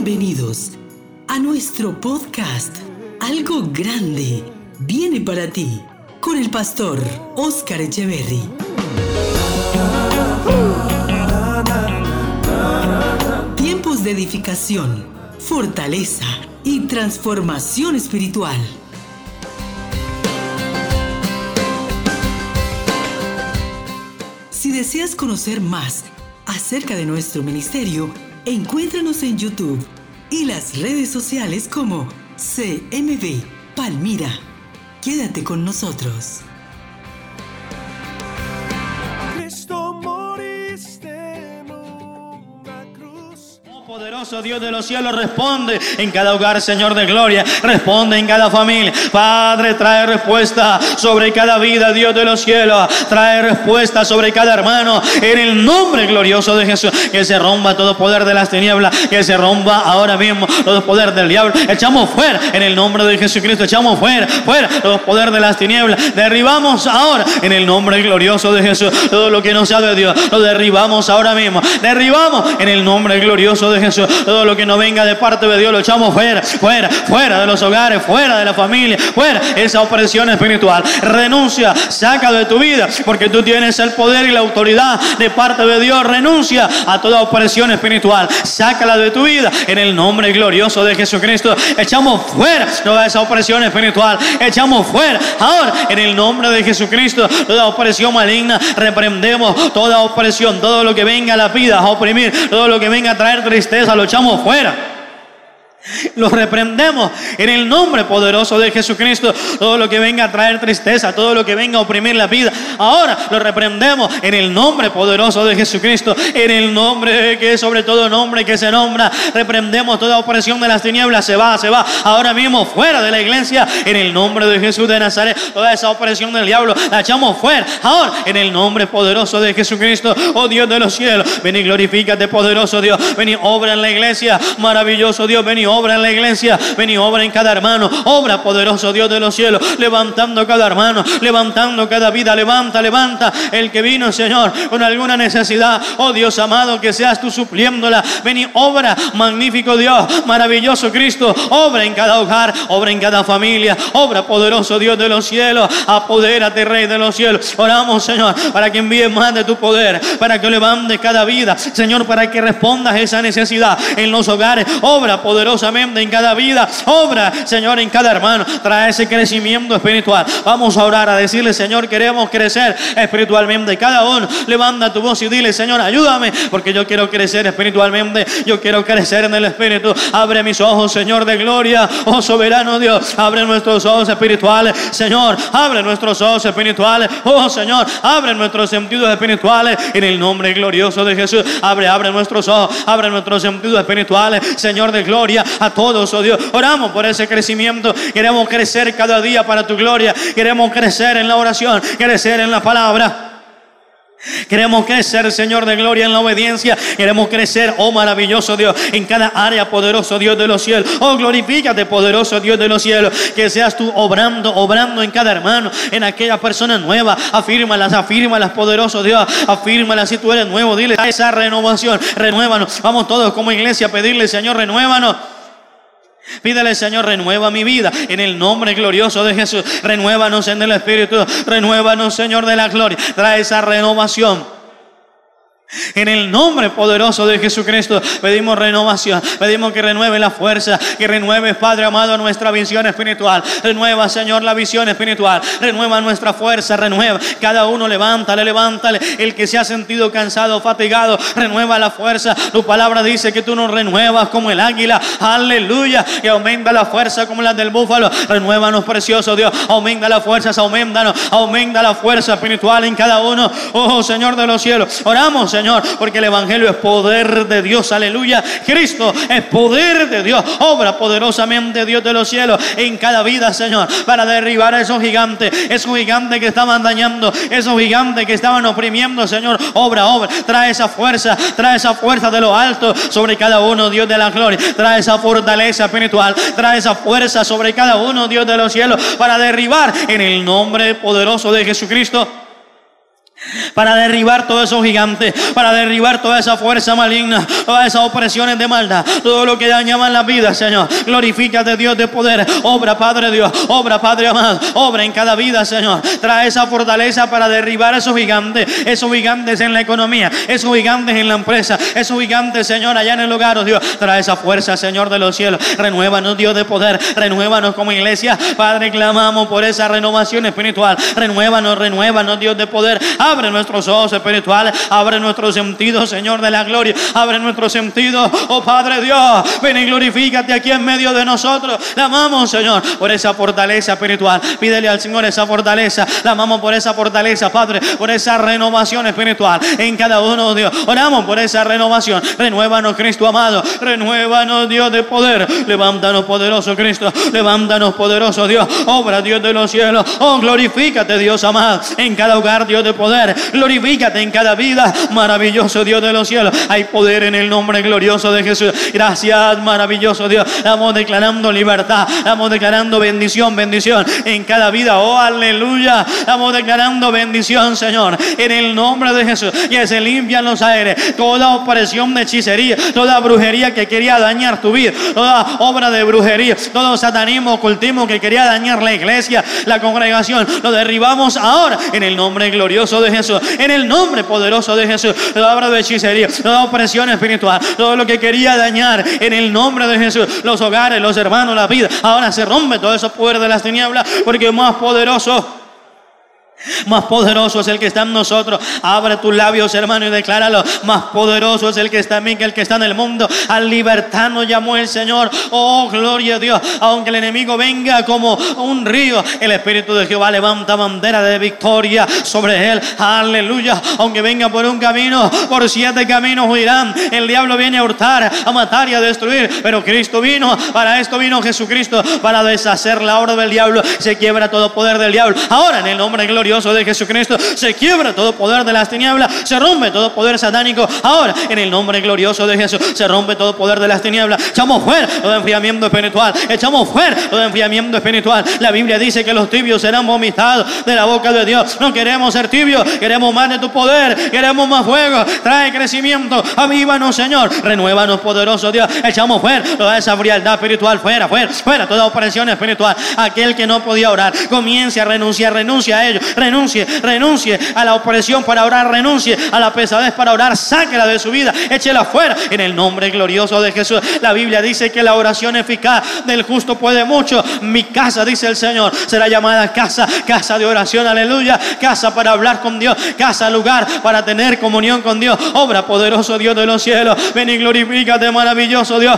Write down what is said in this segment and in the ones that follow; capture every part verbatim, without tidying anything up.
Bienvenidos a nuestro podcast. Algo grande viene para ti con el pastor Oscar Echeverry. Tiempos de edificación, fortaleza y transformación espiritual. Si deseas conocer más acerca de nuestro ministerio, encuéntranos en YouTube y las redes sociales como C M B Palmira. Quédate con nosotros. Poderoso Dios de los cielos, responde en cada hogar, Señor de gloria, responde en cada familia. Padre, trae respuesta sobre cada vida, Dios de los cielos, trae respuesta sobre cada hermano, en el nombre glorioso de Jesús. Que se rompa todo poder de las tinieblas, que se rompa ahora mismo todo poder del diablo. Echamos fuera en el nombre de Jesucristo, echamos fuera, fuera todo poder de las tinieblas. Derribamos ahora en el nombre glorioso de Jesús todo lo que no sea de Dios, lo derribamos ahora mismo. Derribamos en el nombre glorioso de Jesús todo lo que no venga de parte de Dios, lo echamos fuera, fuera, fuera de los hogares, fuera de la familia, fuera esa opresión espiritual. Renuncia, saca de tu vida, porque tú tienes el poder y la autoridad de parte de Dios. Renuncia a toda opresión espiritual, sácala de tu vida en el nombre glorioso de Jesucristo. Echamos fuera toda esa opresión espiritual, echamos fuera ahora en el nombre de Jesucristo toda opresión maligna. Reprendemos toda opresión, todo lo que venga a la vida a oprimir, todo lo que venga a traer tristeza, lo echamos fuera. Lo reprendemos en el nombre poderoso de Jesucristo. Todo lo que venga a traer tristeza, todo lo que venga a oprimir la vida, ahora lo reprendemos en el nombre poderoso de Jesucristo. En el nombre que es sobre todo nombre que se nombra, reprendemos toda opresión de las tinieblas. Se va, se va ahora mismo fuera de la iglesia en el nombre de Jesús de Nazaret. Toda esa opresión del diablo la echamos fuera ahora en el nombre poderoso de Jesucristo. Oh Dios de los cielos, ven y glorifícate, poderoso Dios. Ven y obra en la iglesia, maravilloso Dios. Ven y obra en la iglesia, ven y obra en cada hermano. Obra, poderoso Dios de los cielos, levantando cada hermano, levantando cada vida. Levanta, levanta el que vino, Señor, con alguna necesidad. Oh Dios amado, que seas tú supliéndola. Ven y obra, magnífico Dios, maravilloso Cristo. Obra en cada hogar, obra en cada familia. Obra, poderoso Dios de los cielos. Apodérate, Rey de los cielos. Oramos, Señor, para que envíes más de tu poder, para que levantes cada vida, Señor, para que respondas esa necesidad en los hogares. Obra poderosamente en cada vida, obra, Señor, en cada hermano. Trae ese crecimiento espiritual. Vamos a orar, a decirle, Señor, queremos crecer espiritualmente. Cada uno levanta tu voz y dile, Señor, ayúdame, porque yo quiero crecer espiritualmente, yo quiero crecer en el Espíritu. Abre mis ojos, Señor de gloria, oh soberano Dios. Abre nuestros ojos espirituales, Señor. Abre nuestros ojos espirituales, oh Señor. Abre nuestros sentidos espirituales en el nombre glorioso de Jesús. Abre, abre nuestros ojos, abre nuestros sentidos espirituales, Señor de gloria, a todos, oh Dios. Oramos por ese crecimiento. Queremos crecer cada día para tu gloria. Queremos crecer en la oración, crecer en la palabra. Queremos crecer, Señor de gloria, en la obediencia. Queremos crecer, oh maravilloso Dios, en cada área, poderoso Dios de los cielos. Oh, glorifícate, poderoso Dios de los cielos. Que seas tú obrando, obrando en cada hermano, en aquella persona nueva. Afírmalas, afírmalas, poderoso Dios. Afírmalas si tú eres nuevo. Dile a esa renovación, renuévanos. Vamos todos como iglesia a pedirle, Señor, renuévanos. Pídele, Señor, renueva mi vida en el nombre glorioso de Jesús. Renuévanos en el Espíritu, renuévanos, Señor de la gloria. Trae esa renovación. En el nombre poderoso de Jesucristo pedimos renovación, pedimos que renueve la fuerza, que renueve, Padre amado, nuestra visión espiritual. Renueva, Señor, la visión espiritual, renueva nuestra fuerza, renueva. Cada uno levántale, levántale. El que se ha sentido cansado, fatigado, renueva la fuerza. Tu palabra dice que tú nos renuevas como el águila, aleluya, que aumenta la fuerza como la del búfalo. Renuévanos, precioso Dios, aumenta las fuerzas, aumentanos, aumenta la fuerza espiritual en cada uno. Oh Señor de los cielos, oramos, Señor, porque el evangelio es poder de Dios, aleluya. Cristo es poder de Dios. Obra poderosamente, Dios de los cielos, en cada vida, Señor, para derribar a esos gigantes, esos gigantes que estaban dañando, esos gigantes que estaban oprimiendo, Señor. Obra, obra, trae esa fuerza, trae esa fuerza de lo alto sobre cada uno, Dios de la gloria. Trae esa fortaleza espiritual, trae esa fuerza sobre cada uno, Dios de los cielos, para derribar en el nombre poderoso de Jesucristo para derribar todos esos gigantes, para derribar toda esa fuerza maligna, todas esas opresiones de maldad, todo lo que dañaban la vida, Señor. Glorifícate, Dios de poder. Obra, Padre Dios, obra, Padre amado, obra en cada vida, Señor. Trae esa fortaleza para derribar esos gigantes, esos gigantes en la economía, esos gigantes en la empresa, esos gigantes, Señor, allá en el hogar, oh Dios. Trae esa fuerza, Señor de los cielos. Renuévanos, Dios de poder, renuévanos como iglesia, Padre. Clamamos por esa renovación espiritual. Renuévanos, renuévanos, Dios de poder. Abre nuestros ojos espirituales, abre nuestros sentidos, Señor de la gloria, abre nuestros sentidos, oh Padre Dios. Ven y glorifícate aquí en medio de nosotros. La amamos, Señor, por esa fortaleza espiritual. Pídele al Señor esa fortaleza. La amamos por esa fortaleza, Padre, por esa renovación espiritual en cada uno, Dios. Oramos por esa renovación. Renuévanos, Cristo amado. Renuévanos, Dios de poder. Levántanos, poderoso Cristo. Levántanos, poderoso Dios. Obra, Dios de los cielos. Oh, glorifícate, Dios amado, en cada hogar, Dios de poder. Glorifícate en cada vida. Maravilloso Dios de los cielos. Hay poder en el nombre glorioso de Jesús. Gracias, maravilloso Dios. Estamos declarando libertad. Estamos declarando bendición, bendición en cada vida. Oh, aleluya. Estamos declarando bendición, Señor, en el nombre de Jesús. Que se limpian los aires. Toda opresión de hechicería, toda brujería que quería dañar tu vida, toda obra de brujería, todo satanismo, ocultismo que quería dañar la iglesia, la congregación, lo derribamos ahora en el nombre glorioso de Jesús, en el nombre poderoso de Jesús. Toda obra de hechicería, toda opresión espiritual, todo lo que quería dañar en el nombre de Jesús, los hogares, los hermanos, la vida, ahora se rompe todo eso poder de las tinieblas, porque más poderoso, más poderoso es el que está en nosotros. Abre tus labios, hermano, y decláralo. Más poderoso es el que está en mí que el que está en el mundo. A libertad nos llamó el Señor. Oh, gloria a Dios. Aunque el enemigo venga como un río, el Espíritu de Jehová levanta bandera de victoria sobre él. Aleluya. Aunque venga por un camino, por siete caminos huirán. El diablo viene a hurtar, a matar y a destruir, pero Cristo vino. Para esto vino Jesucristo, para deshacer la obra del diablo. Se quiebra todo poder del diablo. Ahora, en el nombre glorioso de Jesucristo, se quiebra todo poder de las tinieblas, se rompe todo poder satánico. Ahora, en el nombre glorioso de Jesús, se rompe todo poder de las tinieblas. Echamos fuera todo enfriamiento espiritual. Echamos fuera todo enfriamiento espiritual. La Biblia dice que los tibios serán vomitados de la boca de Dios. No queremos ser tibios, queremos más de tu poder, queremos más fuego. Trae crecimiento, avívanos, Señor, renuévanos, poderoso Dios. Echamos fuera toda esa frialdad espiritual, fuera, fuera, fuera toda opresión espiritual. Aquel que no podía orar, comience a renunciar, renuncia a ello. Renuncie, renuncie a la opresión para orar, renuncie a la pesadez para orar, sáquela de su vida, échela fuera en el nombre glorioso de Jesús. La Biblia dice que la oración eficaz del justo puede mucho. Mi casa, dice el Señor, será llamada casa, casa de oración, aleluya, casa para hablar con Dios, casa, lugar para tener comunión con Dios. Obra, poderoso Dios de los cielos, ven y glorifícate, maravilloso Dios.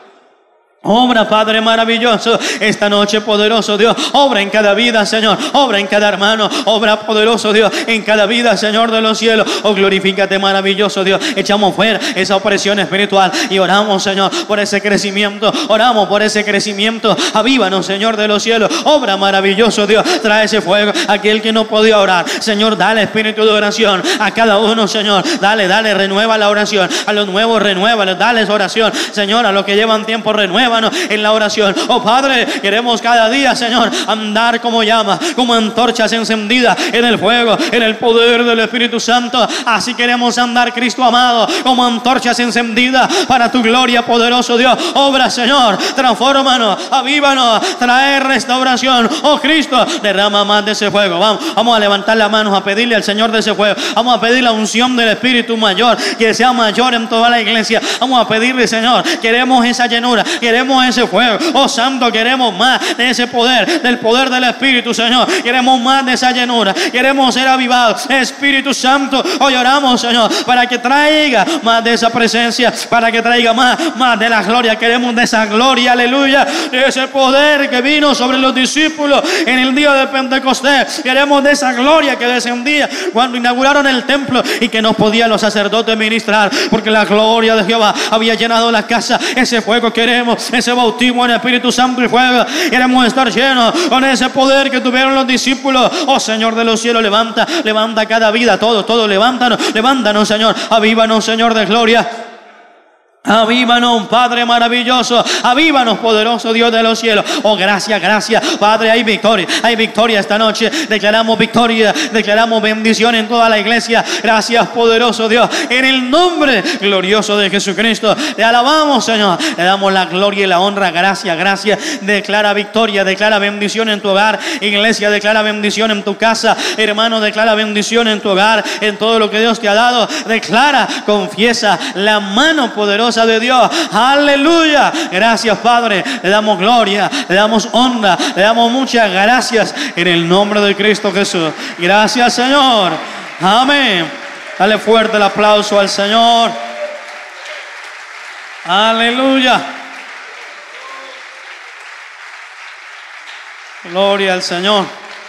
Obra, Padre maravilloso, esta noche, poderoso Dios. Obra en cada vida, Señor. Obra en cada hermano. Obra, poderoso Dios, en cada vida, Señor de los cielos. Oh, glorifícate, maravilloso Dios. Echamos fuera esa opresión espiritual y oramos, Señor, por ese crecimiento. Oramos por ese crecimiento. Avívanos, Señor de los cielos. Obra, maravilloso Dios. Trae ese fuego. Aquel que no podía orar, Señor, dale espíritu de oración a cada uno, Señor. Dale, dale, renueva la oración. A los nuevos, renuévales, dale oración, Señor. A los que llevan tiempo, renueva en la oración. Oh Padre, queremos cada día, Señor, andar como llama, como antorchas encendidas en el fuego, en el poder del Espíritu Santo. Así queremos andar, Cristo amado, como antorchas encendidas para tu gloria, poderoso Dios. Obra, Señor, transfórmanos, avívanos, trae restauración. Oh Cristo, derrama más de ese fuego. Vamos, vamos a levantar las manos a pedirle al Señor de ese fuego. Vamos a pedir la unción del Espíritu mayor, que sea mayor en toda la iglesia. Vamos a pedirle, Señor, queremos esa llenura, queremos ese fuego. Oh Santo, queremos más de ese poder, del poder del Espíritu, Señor. Queremos más de esa llenura, queremos ser avivados. Espíritu Santo, hoy oramos, Señor, para que traiga más de esa presencia, para que traiga más, más de la gloria. Queremos de esa gloria, aleluya, de ese poder que vino sobre los discípulos en el día de Pentecostés. Queremos de esa gloria que descendía cuando inauguraron el templo y que no podían los sacerdotes ministrar, porque la gloria de Jehová había llenado la casa. Ese fuego queremos, ese bautismo en Espíritu Santo y fuego. Queremos estar llenos con ese poder que tuvieron los discípulos. Oh Señor de los cielos, levanta, levanta cada vida, todo, todo, levántanos, levántanos, Señor, avívanos, Señor de gloria. Avívanos, Padre maravilloso, avívanos, poderoso Dios de los cielos. Oh, gracias, gracias, Padre, hay victoria, hay victoria esta noche. Declaramos victoria, declaramos bendición en toda la iglesia. Gracias, poderoso Dios, en el nombre glorioso de Jesucristo. Le alabamos, Señor, le damos la gloria y la honra. Gracias, gracias. Declara victoria, declara bendición en tu hogar. Iglesia, declara bendición en tu casa. Hermano, declara bendición en tu hogar, en todo lo que Dios te ha dado. Declara, confiesa la mano poderosa de Dios. Aleluya. Gracias, Padre. Le damos gloria, le damos honra, le damos muchas gracias en el nombre de Cristo Jesús. Gracias, Señor. Amén. Dale fuerte el aplauso al Señor. Aleluya. Gloria al Señor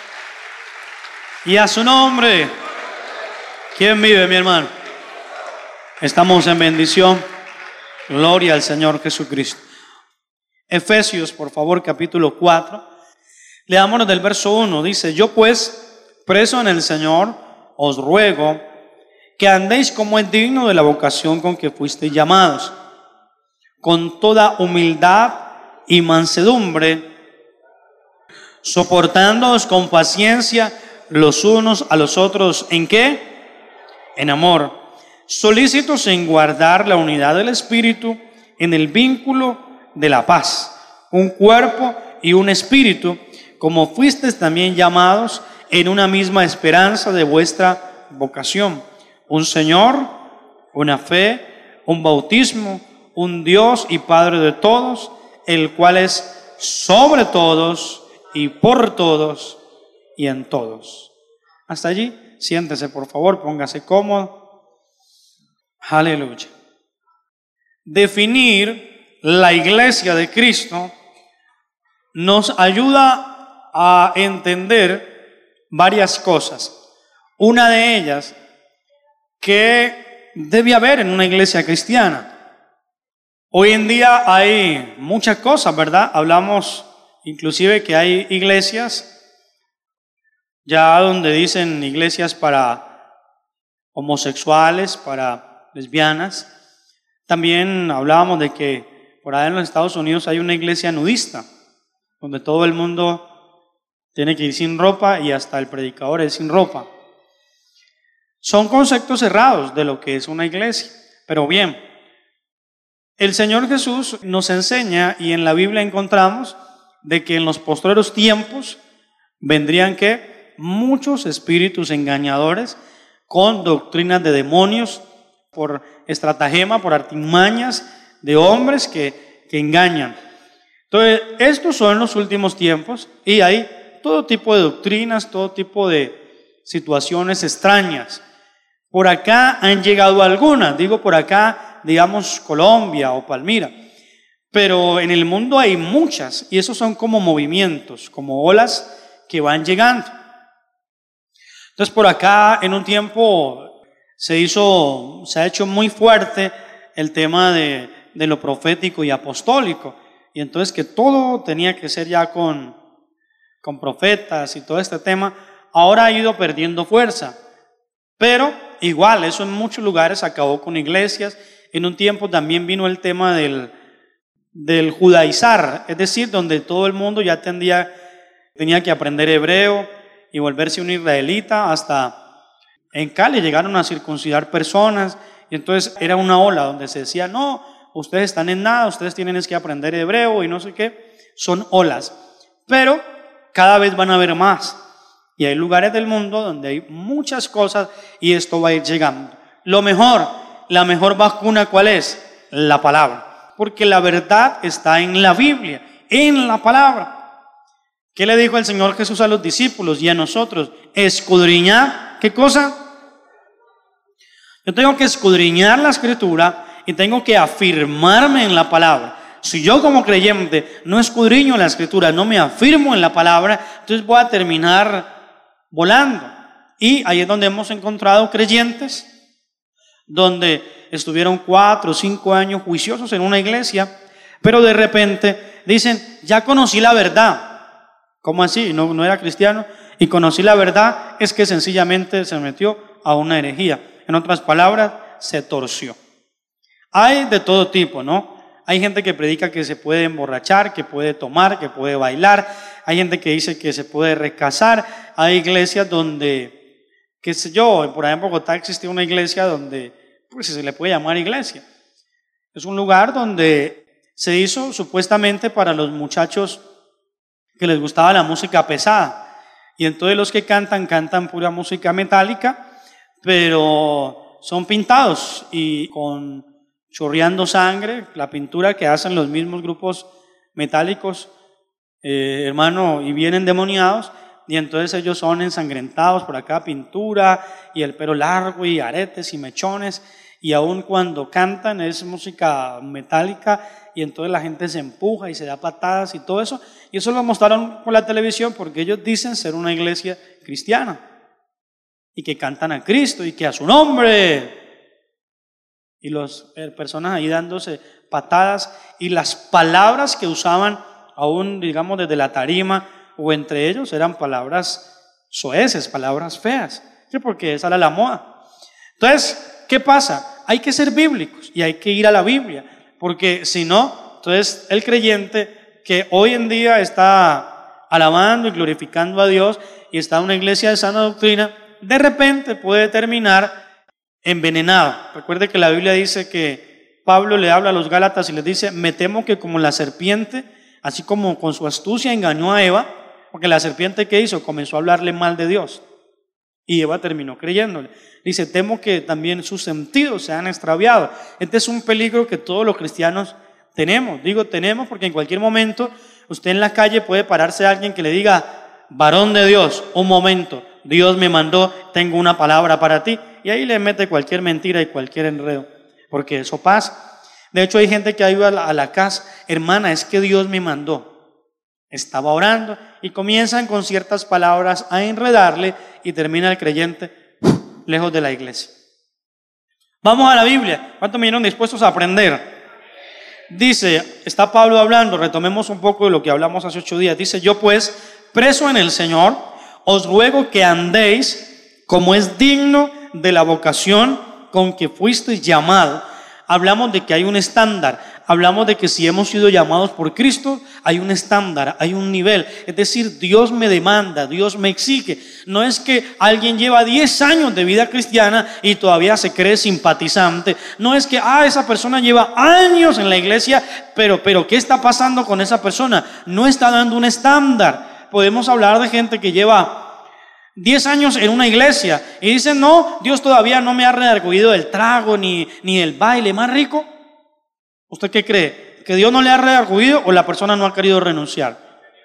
y a su nombre. ¿Quién vive, mi hermano? Estamos en bendición. Gloria al Señor Jesucristo. Efesios, por favor, capítulo cuatro. Leámonos del verso uno. Dice: yo pues, preso en el Señor, os ruego que andéis como es digno de la vocación con que fuisteis llamados, con toda humildad y mansedumbre, soportándoos con paciencia los unos a los otros. ¿En qué? En amor, solícitos en guardar la unidad del Espíritu en el vínculo de la paz, un cuerpo y un espíritu, como fuisteis también llamados en una misma esperanza de vuestra vocación, un Señor, una fe, un bautismo, un Dios y Padre de todos, el cual es sobre todos y por todos y en todos. Hasta allí. Siéntese, por favor, póngase cómodo. Aleluya. Definir la iglesia de Cristo nos ayuda a entender varias cosas. Una de ellas, que debe haber en una iglesia cristiana. Hoy en día hay muchas cosas, ¿verdad? Hablamos inclusive que hay iglesias ya donde dicen iglesias para homosexuales, para lesbianas. También hablábamos de que por allá en los Estados Unidos hay una iglesia nudista, donde todo el mundo tiene que ir sin ropa y hasta el predicador es sin ropa. Son conceptos cerrados de lo que es una iglesia. Pero bien, el Señor Jesús nos enseña, y en la Biblia encontramos, de que en los postreros tiempos vendrían que muchos espíritus engañadores con doctrinas de demonios, por estratagema, por artimañas de hombres que, que engañan. Entonces, estos son los últimos tiempos y hay todo tipo de doctrinas, todo tipo de situaciones extrañas. Por acá han llegado algunas, digo por acá, digamos Colombia o Palmira, pero en el mundo hay muchas y esos son como movimientos, como olas que van llegando. Entonces por acá en un tiempo se hizo, se ha hecho muy fuerte el tema de, de lo profético y apostólico, y entonces que todo tenía que ser ya con, con profetas y todo este tema, ahora ha ido perdiendo fuerza, pero igual eso en muchos lugares acabó con iglesias. En un tiempo también vino el tema del, del judaizar, es decir, donde todo el mundo ya tendría, tenía que aprender hebreo y volverse un israelita. Hasta en Cali llegaron a circuncidar personas, y entonces era una ola donde se decía: no, ustedes están en nada, ustedes tienen que aprender hebreo y no sé qué. Son olas, pero cada vez van a haber más, y hay lugares del mundo donde hay muchas cosas y esto va a ir llegando. Lo mejor, la mejor vacuna, ¿cuál es? La palabra, porque la verdad está en la Biblia, en la palabra. ¿Qué le dijo el Señor Jesús a los discípulos y a nosotros? Escudriñar, ¿qué cosa? Yo tengo que escudriñar la Escritura y tengo que afirmarme en la palabra. Si yo como creyente no escudriño la Escritura, no me afirmo en la palabra, entonces voy a terminar volando. Y ahí es donde hemos encontrado creyentes donde estuvieron cuatro o cinco años juiciosos en una iglesia, pero de repente dicen: ya conocí la verdad. ¿Cómo así? No, no era cristiano y conocí la verdad. Es que sencillamente se metió a una herejía. En otras palabras, se torció. Hay de todo tipo, ¿no? Hay gente que predica que se puede emborrachar, que puede tomar, que puede bailar. Hay gente que dice que se puede recasar. Hay iglesias donde, qué sé yo, por ejemplo en Bogotá existe una iglesia donde, pues se le puede llamar iglesia. Es un lugar donde se hizo supuestamente para los muchachos que les gustaba la música pesada. Y entonces los que cantan, cantan pura música metálica, pero son pintados y con chorreando sangre, la pintura que hacen los mismos grupos metálicos, eh, hermano, y vienen endemoniados, y entonces ellos son ensangrentados por acá, pintura, y el pelo largo, y aretes, y mechones, y aun cuando cantan es música metálica, y entonces la gente se empuja y se da patadas y todo eso, y eso lo mostraron por la televisión porque ellos dicen ser una iglesia cristiana, y que cantan a Cristo, y que a su nombre... Y las personas ahí dándose patadas, y las palabras que usaban aún, digamos, desde la tarima o entre ellos eran palabras soeces, palabras feas, ¿sí? Porque esa era la moda. Entonces, ¿qué pasa? Hay que ser bíblicos y hay que ir a la Biblia, porque si no, entonces el creyente que hoy en día está alabando y glorificando a Dios y está en una iglesia de sana doctrina, de repente puede terminar envenenado. Recuerde que la Biblia dice que Pablo le habla a los Gálatas y les dice: me temo que como la serpiente, así como con su astucia engañó a Eva, porque la serpiente ¿qué hizo? Comenzó a hablarle mal de Dios y Eva terminó creyéndole. Dice: temo que también sus sentidos se han extraviado. Este es un peligro que todos los cristianos tenemos. Digo tenemos porque en cualquier momento usted en la calle puede pararse a alguien que le diga: varón de Dios, un momento, Dios me mandó, tengo una palabra para ti. Y ahí le mete cualquier mentira y cualquier enredo, porque eso pasa. De hecho hay gente que ha ido a la, a la casa: hermana, es que Dios me mandó, estaba orando, y comienzan con ciertas palabras a enredarle y termina el creyente uf, lejos de la iglesia. Vamos a la Biblia. ¿Cuántos vinieron dispuestos a aprender? Dice, está Pablo hablando, retomemos un poco de lo que hablamos hace ocho días. Dice: yo pues, preso en el Señor, os ruego que andéis como es digno de la vocación con que fuisteis llamado. Hablamos de que hay un estándar, hablamos de que si hemos sido llamados por Cristo, hay un estándar, hay un nivel. Es decir, Dios me demanda, Dios me exige. No es que alguien lleva diez años de vida cristiana y todavía se cree simpatizante. No es que, ah, esa persona lleva años en la iglesia, pero, pero ¿qué está pasando con esa persona? No está dando un estándar. Podemos hablar de gente que lleva diez años en una iglesia y dicen: no, Dios todavía no me ha redarguido del trago ni, ni el baile más rico. ¿Usted qué cree? ¿Que Dios no le ha redarguido o la persona no ha querido renunciar?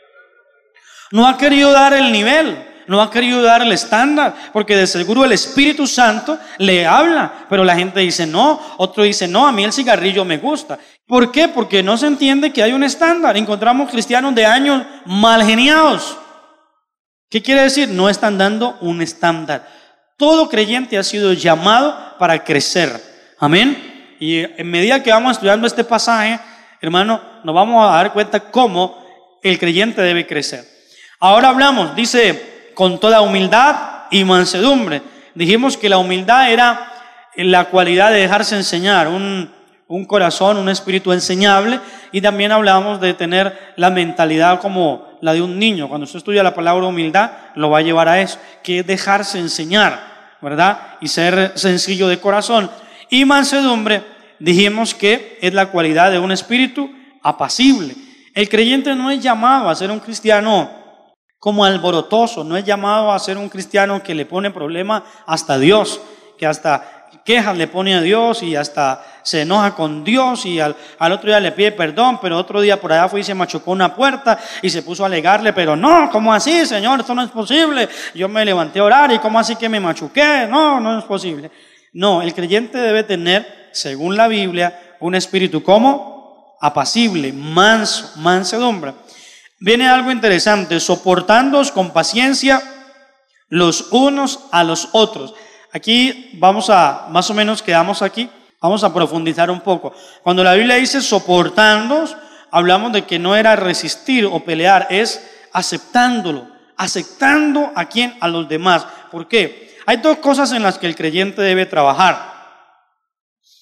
No ha querido dar el nivel, no ha querido dar el estándar, porque de seguro el Espíritu Santo le habla, pero la gente dice no, otro dice no, a mí el cigarrillo me gusta. ¿Por qué? Porque no se entiende que hay un estándar. Encontramos cristianos de años mal geniados. ¿Qué quiere decir? No están dando un estándar. Todo creyente ha sido llamado para crecer. Amén. Y en medida que vamos estudiando este pasaje, hermano, nos vamos a dar cuenta cómo el creyente debe crecer. Ahora hablamos, dice, con toda humildad y mansedumbre. Dijimos que la humildad era la cualidad de dejarse enseñar, un, un corazón, un espíritu enseñable, y también hablamos de tener la mentalidad como la de un niño. Cuando usted estudia la palabra humildad, lo va a llevar a eso, que es dejarse enseñar, ¿verdad? Y ser sencillo de corazón. Y mansedumbre, dijimos que es la cualidad de un espíritu apacible. El creyente no es llamado a ser un cristiano como alborotoso, no es llamado a ser un cristiano que le pone problema hasta a Dios, que hasta quejas le pone a Dios y hasta se enoja con Dios y al, al otro día le pide perdón, pero otro día por allá fue y se machucó una puerta y se puso a alegarle, pero no, ¿cómo así, Señor? Esto no es posible. Yo me levanté a orar y ¿cómo así que me machuqué? No, no es posible. No, el creyente debe tener, según la Biblia, un espíritu como apacible, manso, mansedumbre. Viene algo interesante: soportándoos con paciencia los unos a los otros. Aquí vamos a, más o menos quedamos aquí, vamos a profundizar un poco. Cuando la Biblia dice soportándoos, hablamos de que no era resistir o pelear, es aceptándolo, aceptando a quién, a los demás. ¿Por qué? Hay dos cosas en las que el creyente debe trabajar.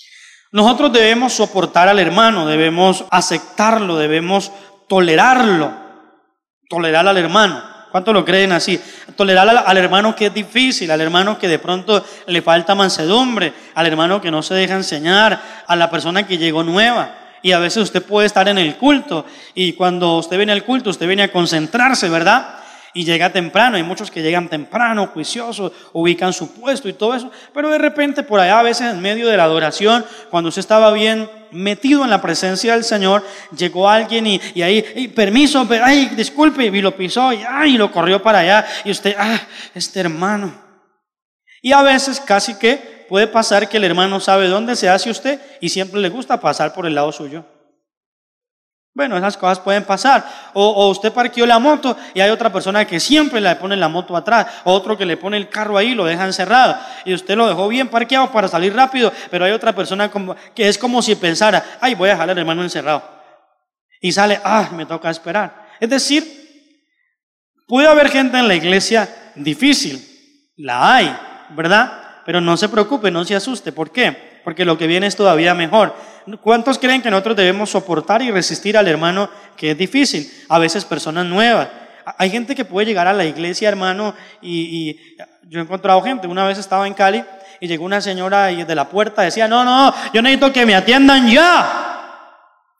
Nosotros debemos soportar al hermano, debemos aceptarlo, debemos tolerarlo, tolerar al hermano. ¿Cuántos lo creen así? Tolerar al, al hermano que es difícil, al hermano que de pronto le falta mansedumbre, al hermano que no se deja enseñar, a la persona que llegó nueva. Y a veces usted puede estar en el culto y cuando usted viene al culto, usted viene a concentrarse, ¿verdad? Y llega temprano, hay muchos que llegan temprano, juiciosos, ubican su puesto y todo eso, pero de repente por allá a veces en medio de la adoración, cuando usted estaba bien metido en la presencia del Señor, llegó alguien y, y ahí, hey, permiso, pero, ay, disculpe, y lo pisó y, ay, lo corrió para allá y usted, ah, este hermano. Y a veces casi que puede pasar que el hermano sabe dónde se hace usted y siempre le gusta pasar por el lado suyo. Bueno, esas cosas pueden pasar. O, o usted parqueó la moto y hay otra persona que siempre le pone la moto atrás, otro que le pone el carro ahí y lo deja encerrado. Y usted lo dejó bien parqueado para salir rápido, pero hay otra persona como, que es como si pensara, ay, voy a dejar al hermano encerrado. Y sale, ah, me toca esperar. Es decir, puede haber gente en la iglesia difícil, la hay, ¿verdad? Pero no se preocupe, no se asuste. ¿Por qué? Porque lo que viene es todavía mejor. ¿Cuántos creen que nosotros debemos soportar y resistir al hermano que es difícil? A veces personas nuevas. Hay gente que puede llegar a la iglesia, hermano, y, y yo he encontrado gente. Una vez estaba en Cali y llegó una señora y de la puerta decía, no, no, yo necesito que me atiendan ya.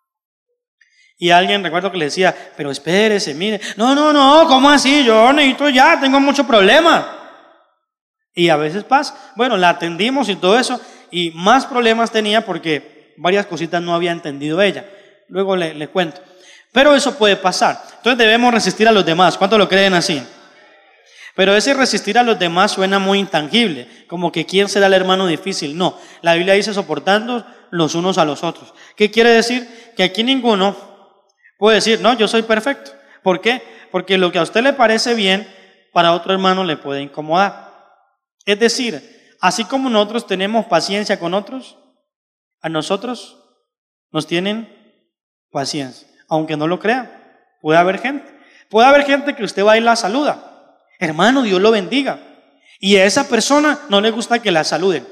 Y alguien, recuerdo que le decía, pero espérese, mire, no, no, no, ¿cómo así? Yo necesito ya, tengo mucho problema. Y a veces pasa, bueno, la atendimos y todo eso, y más problemas tenía porque varias cositas no había entendido ella. Luego le, le cuento. Pero eso puede pasar. Entonces debemos resistir a los demás. ¿Cuántos lo creen así? Pero ese resistir a los demás suena muy intangible, como que quién será el hermano difícil. No, la Biblia dice soportando los unos a los otros. ¿Qué quiere decir? Que aquí ninguno puede decir, no, yo soy perfecto. ¿Por qué? Porque lo que a usted le parece bien, para otro hermano le puede incomodar. Es decir, así como nosotros tenemos paciencia con otros, a nosotros nos tienen paciencia. Aunque no lo crea, puede haber gente. Puede haber gente que usted va y la saluda. Hermano, Dios lo bendiga. Y a esa persona no le gusta que la saluden.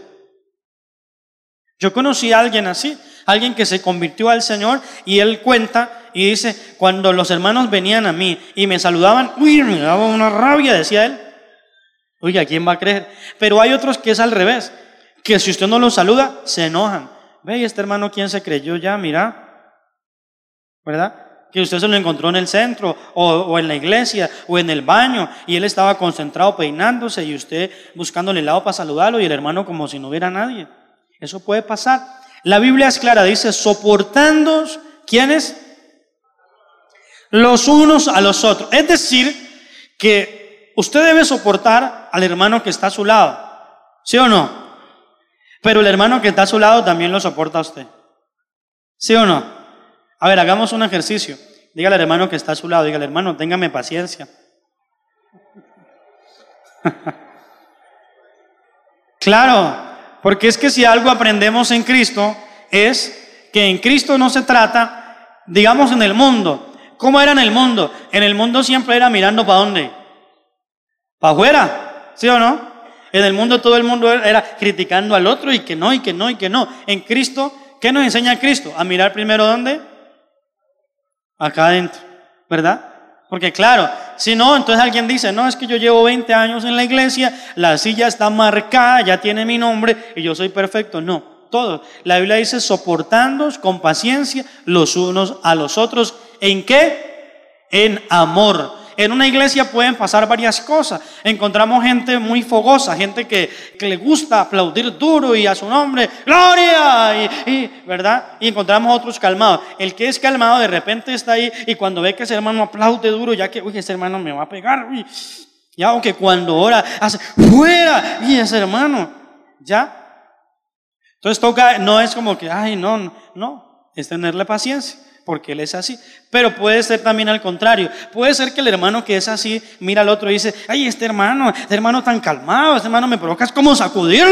Yo conocí a alguien así, alguien que se convirtió al Señor y él cuenta y dice, cuando los hermanos venían a mí y me saludaban, uy, me daba una rabia, decía él. Oye, ¿a quién va a creer? Pero hay otros que es al revés, que si usted no los saluda, se enojan. Ve, este hermano, ¿quién se creyó ya? Mira, ¿verdad? Que usted se lo encontró en el centro, o, o en la iglesia, o en el baño, y él estaba concentrado peinándose, y usted buscándole el lado para saludarlo, y el hermano como si no hubiera nadie. Eso puede pasar. La Biblia es clara, dice, soportando, ¿quiénes? Los unos a los otros. Es decir, que usted debe soportar al hermano que está a su lado, ¿sí o no? Pero el hermano que está a su lado también lo soporta a usted, ¿sí o no? A ver, hagamos un ejercicio. Dígale al hermano que está a su lado, dígale, hermano, téngame paciencia. Claro, porque es que si algo aprendemos en Cristo es que en Cristo no se trata, digamos, en el mundo. ¿Cómo era en el mundo? En el mundo siempre era mirando para dónde, para afuera, ¿sí o no? En el mundo todo el mundo era criticando al otro y que no, y que no, y que no. En Cristo, ¿qué nos enseña Cristo? A mirar primero ¿dónde? Acá adentro, ¿verdad? Porque claro, si no, entonces alguien dice, no, es que yo llevo veinte años en la iglesia, la silla está marcada, ya tiene mi nombre y yo soy perfecto. No, todo. La Biblia dice soportándoos con paciencia los unos a los otros. ¿En qué? En amor. En una iglesia pueden pasar varias cosas. Encontramos gente muy fogosa, gente que, que le gusta aplaudir duro y a su nombre, ¡gloria! Y, y, ¿verdad? Y encontramos otros calmados. El que es calmado de repente está ahí y cuando ve que ese hermano aplaude duro, ya que, uy, ese hermano me va a pegar, uy. Ya, aunque cuando ora, hace, ¡fuera! Y ese hermano, ¿ya? Entonces toca, no es como que, ay, no, no, es tenerle paciencia. Porque él es así, pero puede ser también al contrario. Puede ser que el hermano que es así mira al otro y dice, ay, este hermano, este hermano tan calmado, este hermano me provoca, es como sacudirlo.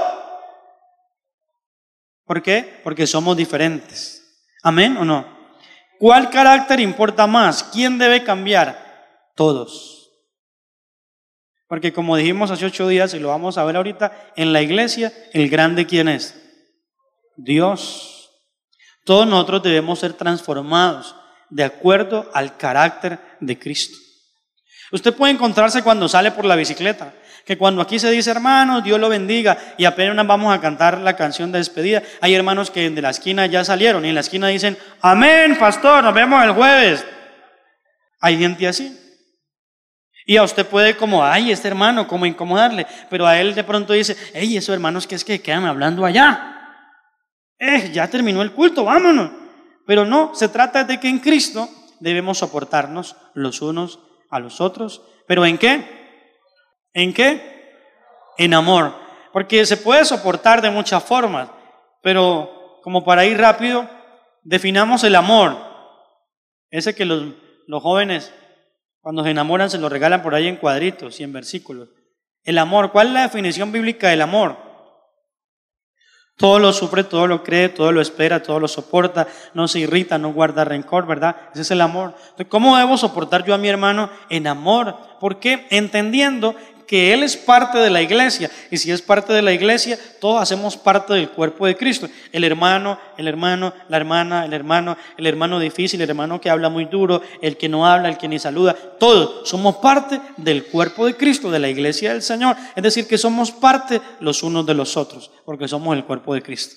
¿Por qué? Porque somos diferentes. ¿Amén o no? ¿Cuál carácter importa más? ¿Quién debe cambiar? Todos. Porque como dijimos hace ocho días y lo vamos a ver ahorita, en la iglesia, el grande ¿quién es? Dios. Todos nosotros debemos ser transformados de acuerdo al carácter de Cristo. Usted puede encontrarse cuando sale por la bicicleta, que cuando aquí se dice hermanos, Dios lo bendiga, y apenas vamos a cantar la canción de despedida, hay hermanos que de la esquina ya salieron y en la esquina dicen, amén, pastor, nos vemos el jueves. Hay gente así. Y a usted puede como, ay, este hermano, como incomodarle, pero a él de pronto dice, hey, esos hermanos que es que quedan hablando allá. Eh, ya terminó el culto, vámonos. Pero no, se trata de que en Cristo debemos soportarnos los unos a los otros. ¿Pero en qué? ¿En qué? En amor. Porque se puede soportar de muchas formas, pero como para ir rápido, definamos el amor. Ese que los, los jóvenes cuando se enamoran se lo regalan por ahí en cuadritos y en versículos. El amor, ¿cuál es la definición bíblica del amor? Todo lo sufre, todo lo cree, todo lo espera, todo lo soporta, no se irrita, no guarda rencor, ¿verdad? Ese es el amor. Entonces, ¿cómo debo soportar yo a mi hermano en amor? ¿Por qué? Entendiendo que él es parte de la iglesia, y si es parte de la iglesia, todos hacemos parte del cuerpo de Cristo. El hermano, el hermano, la hermana, el hermano, el hermano difícil, el hermano que habla muy duro, el que no habla, el que ni saluda, todos somos parte del cuerpo de Cristo, de la iglesia del Señor. Es decir, que somos parte los unos de los otros, porque somos el cuerpo de Cristo.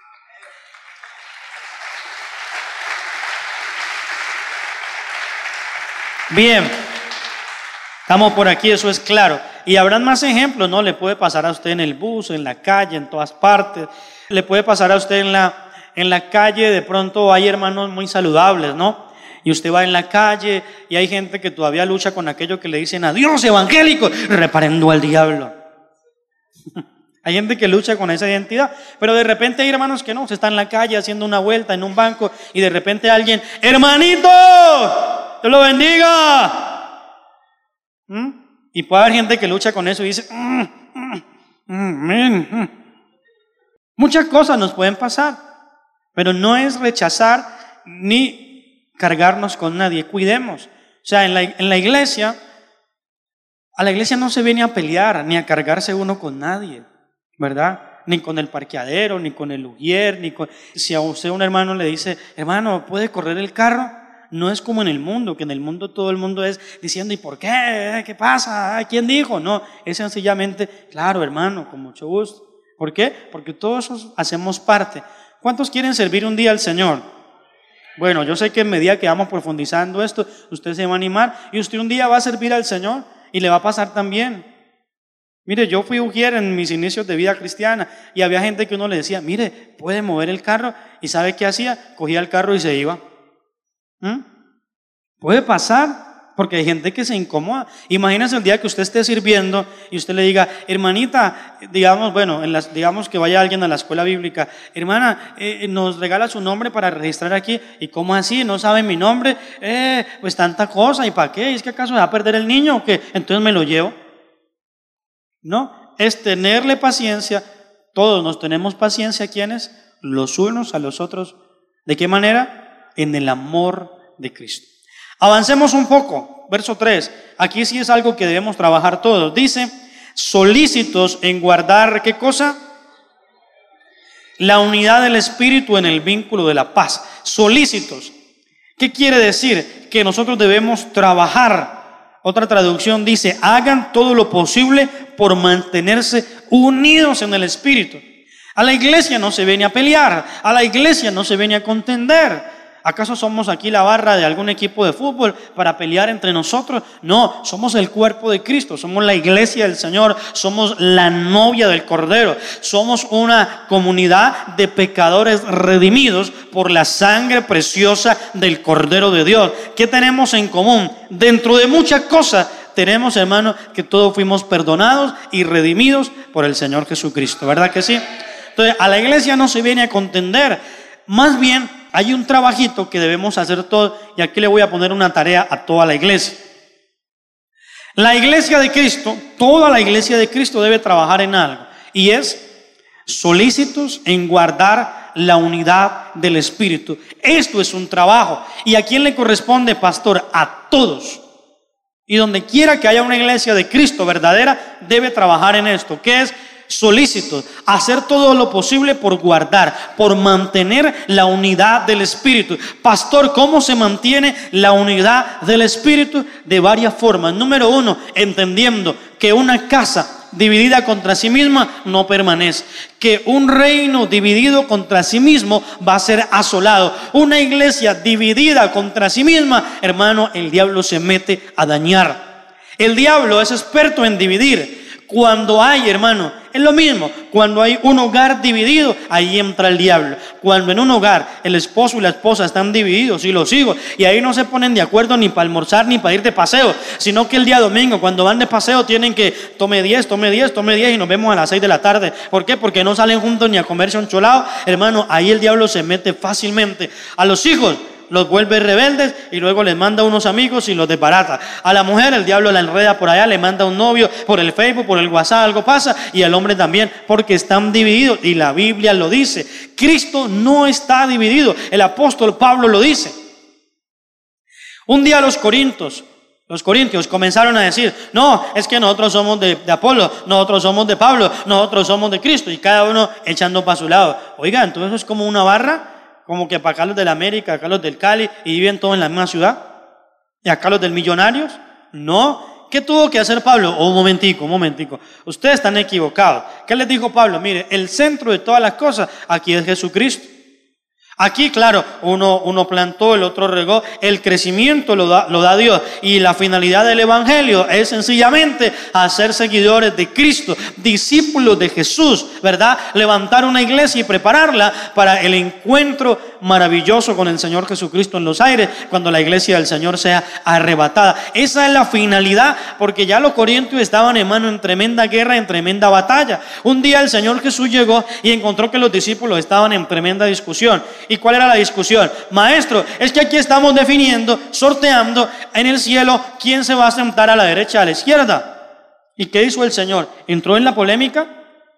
Bien, estamos por aquí, eso es claro. Y habrán más ejemplos, ¿no? Le puede pasar a usted en el bus, en la calle, en todas partes. Le puede pasar a usted en la, en la calle, de pronto hay hermanos muy saludables, ¿no? Y usted va en la calle y hay gente que todavía lucha con aquello que le dicen adiós evangélico, reparando al diablo. Hay gente que lucha con esa identidad, pero de repente hay hermanos que no, se está en la calle haciendo una vuelta en un banco y de repente alguien, hermanito, Dios lo bendiga. ¿Mm? Y puede haber gente que lucha con eso y dice, mm, mm, mm, mm. Muchas cosas nos pueden pasar, pero no es rechazar ni cargarnos con nadie. Cuidemos. O sea, en la, en la iglesia, a la iglesia no se viene a pelear ni a cargarse uno con nadie, ¿verdad? Ni con el parqueadero, ni con el ujier, ni con... Si a usted un hermano le dice, hermano, ¿puede correr el carro? No es como en el mundo, que en el mundo todo el mundo es diciendo, ¿y por qué? ¿Qué pasa? ¿Quién dijo? No, es sencillamente, claro, hermano, con mucho gusto. ¿Por qué? Porque todos hacemos parte. ¿Cuántos quieren servir un día al Señor? Bueno, yo sé que en medida que vamos profundizando esto, usted se va a animar y usted un día va a servir al Señor y le va a pasar también. Mire, yo fui ujier en mis inicios de vida cristiana y había gente que uno le decía, mire, puede mover el carro, y ¿sabe qué hacía? Cogía el carro y se iba. ¿Mm? Puede pasar, porque hay gente que se incomoda. Imagínense el día que usted esté sirviendo y usted le diga, hermanita, digamos, bueno, en las, digamos que vaya alguien a la escuela bíblica, hermana, eh, nos regala su nombre para registrar aquí. ¿Y cómo así? ¿No sabe mi nombre? Eh, pues tanta cosa, ¿y para qué? ¿Es que acaso me va a perder el niño o qué? Entonces me lo llevo. No, es tenerle paciencia. Todos nos tenemos paciencia, ¿quiénes? Los unos a los otros. ¿De qué manera? En el amor de Cristo. Avancemos un poco, verso tres. Aquí sí es algo que debemos trabajar todos. Dice, solícitos en guardar, ¿qué cosa? La unidad del Espíritu en el vínculo de la paz. Solícitos. ¿Qué quiere decir? Que nosotros debemos trabajar. Otra traducción dice, hagan todo lo posible por mantenerse unidos en el Espíritu. A la iglesia no se viene a pelear, a la iglesia no se viene a contender. ¿Acaso somos aquí la barra de algún equipo de fútbol para pelear entre nosotros? No, somos el cuerpo de Cristo, somos la iglesia del Señor, somos la novia del Cordero, somos una comunidad de pecadores redimidos por la sangre preciosa del Cordero de Dios. ¿Qué tenemos en común? Dentro de muchas cosas tenemos, hermano, que todos fuimos perdonados y redimidos por el Señor Jesucristo, ¿verdad que sí? Entonces, a la iglesia no se viene a contender, más bien hay un trabajito que debemos hacer todos, y aquí le voy a poner una tarea a toda la iglesia. La iglesia de Cristo, toda la iglesia de Cristo debe trabajar en algo, y es solícitos en guardar la unidad del Espíritu. Esto es un trabajo. ¿Y a quién le corresponde, pastor? A todos. Y donde quiera que haya una iglesia de Cristo verdadera, debe trabajar en esto, que es solícitos, hacer todo lo posible por guardar, por mantener la unidad del Espíritu. Pastor, ¿cómo se mantiene la unidad del Espíritu? De varias formas. Número uno, entendiendo que una casa dividida contra sí misma no permanece, que un reino dividido contra sí mismo va a ser asolado. Una iglesia dividida contra sí misma, hermano, el diablo se mete a dañar. El diablo es experto en dividir. Cuando hay, hermano, es lo mismo. Cuando hay un hogar dividido, ahí entra el diablo. Cuando en un hogar el esposo y la esposa están divididos y los hijos, y ahí no se ponen de acuerdo ni para almorzar ni para ir de paseo, sino que el día domingo, cuando van de paseo, tienen que tome diez, tome diez, tome diez y nos vemos a las seis de la tarde. ¿Por qué? Porque no salen juntos ni a comerse un cholado. Hermano, ahí el diablo se mete fácilmente. A los hijos los vuelve rebeldes y luego les manda unos amigos y los desbarata. A la mujer el diablo la enreda por allá, le manda un novio por el Facebook, por el WhatsApp, algo pasa, y al hombre también, porque están divididos, y la Biblia lo dice. Cristo no está dividido, el apóstol Pablo lo dice. Un día los corintios Los corintios comenzaron a decir: no, es que nosotros somos de, de Apolo, nosotros somos de Pablo, nosotros somos de Cristo, y cada uno echando para su lado. Oiga, entonces eso es como una barra, como que para acá los del América, acá los del Cali, y viven todos en la misma ciudad, y acá los del Millonarios. No. ¿Qué tuvo que hacer Pablo? Oh, un momentico, un momentico, ustedes están equivocados. ¿Qué les dijo Pablo? Mire, el centro de todas las cosas aquí es Jesucristo. Aquí, claro, uno, uno plantó, el otro regó, el crecimiento lo da, lo da Dios, y la finalidad del evangelio es sencillamente hacer seguidores de Cristo, discípulos de Jesús, ¿verdad? Levantar una iglesia y prepararla para el encuentro maravilloso con el Señor Jesucristo en los aires, cuando la iglesia del Señor sea arrebatada. Esa es la finalidad, porque ya los corintios estaban, hermano, en tremenda guerra, en tremenda batalla. Un día el Señor Jesús llegó y encontró que los discípulos estaban en tremenda discusión. ¿Y cuál era la discusión? Maestro, es que aquí estamos definiendo, sorteando en el cielo quién se va a sentar a la derecha o a la izquierda. ¿Y qué hizo el Señor? ¿Entró en la polémica?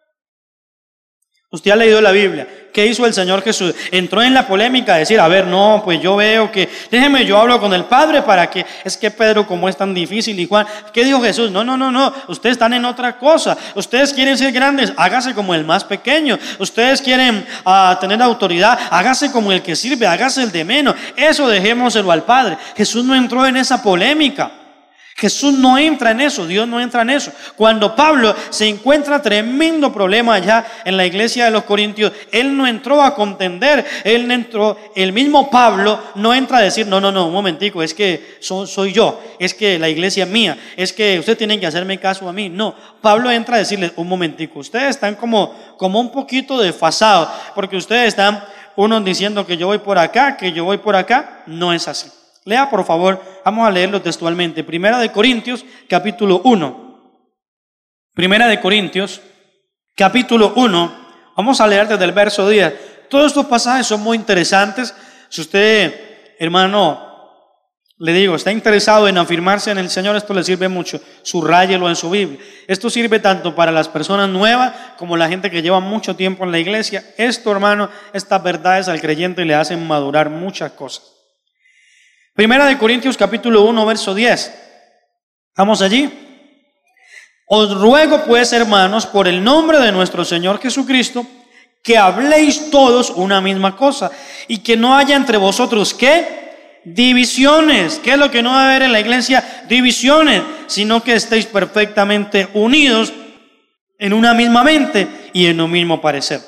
Usted ha leído la Biblia. ¿Qué hizo el Señor Jesús? Entró en la polémica a decir: a ver, no, pues yo veo que, déjeme, yo hablo con el Padre para que, es que Pedro, como es tan difícil, y Juan, ¿qué dijo Jesús? No, no, no, no, ustedes están en otra cosa. Ustedes quieren ser grandes, hágase como el más pequeño. Ustedes quieren uh, tener autoridad, hágase como el que sirve, hágase el de menos. Eso dejémoselo al Padre. Jesús no entró en esa polémica. Jesús no entra en eso, Dios no entra en eso. Cuando Pablo se encuentra tremendo problema allá en la iglesia de los Corintios, él no entró a contender, él no entró, el mismo Pablo no entra a decir: no, no, no, un momentico, es que soy, soy yo, es que la iglesia es mía, es que ustedes tienen que hacerme caso a mí. No, Pablo entra a decirles: un momentico, ustedes están como, como un poquito desfasados, porque ustedes están unos diciendo que yo voy por acá, que yo voy por acá. No es así. Lea, por favor, vamos a leerlo textualmente. Primera de Corintios, capítulo uno. Primera de Corintios, capítulo uno. Vamos a leer desde el verso diez. Todos estos pasajes son muy interesantes. Si usted, hermano, le digo, está interesado en afirmarse en el Señor, esto le sirve mucho. Subráyelo en su Biblia. Esto sirve tanto para las personas nuevas como la gente que lleva mucho tiempo en la iglesia. Esto, hermano, estas verdades al creyente le hacen madurar muchas cosas. Primera de Corintios capítulo uno, verso diez. ¿Vamos allí? Os ruego pues, hermanos, por el nombre de nuestro Señor Jesucristo, que habléis todos una misma cosa, y que no haya entre vosotros, ¿qué? Divisiones. ¿Qué es lo que no va a haber en la iglesia? Divisiones, sino que estéis perfectamente unidos en una misma mente y en un mismo parecer.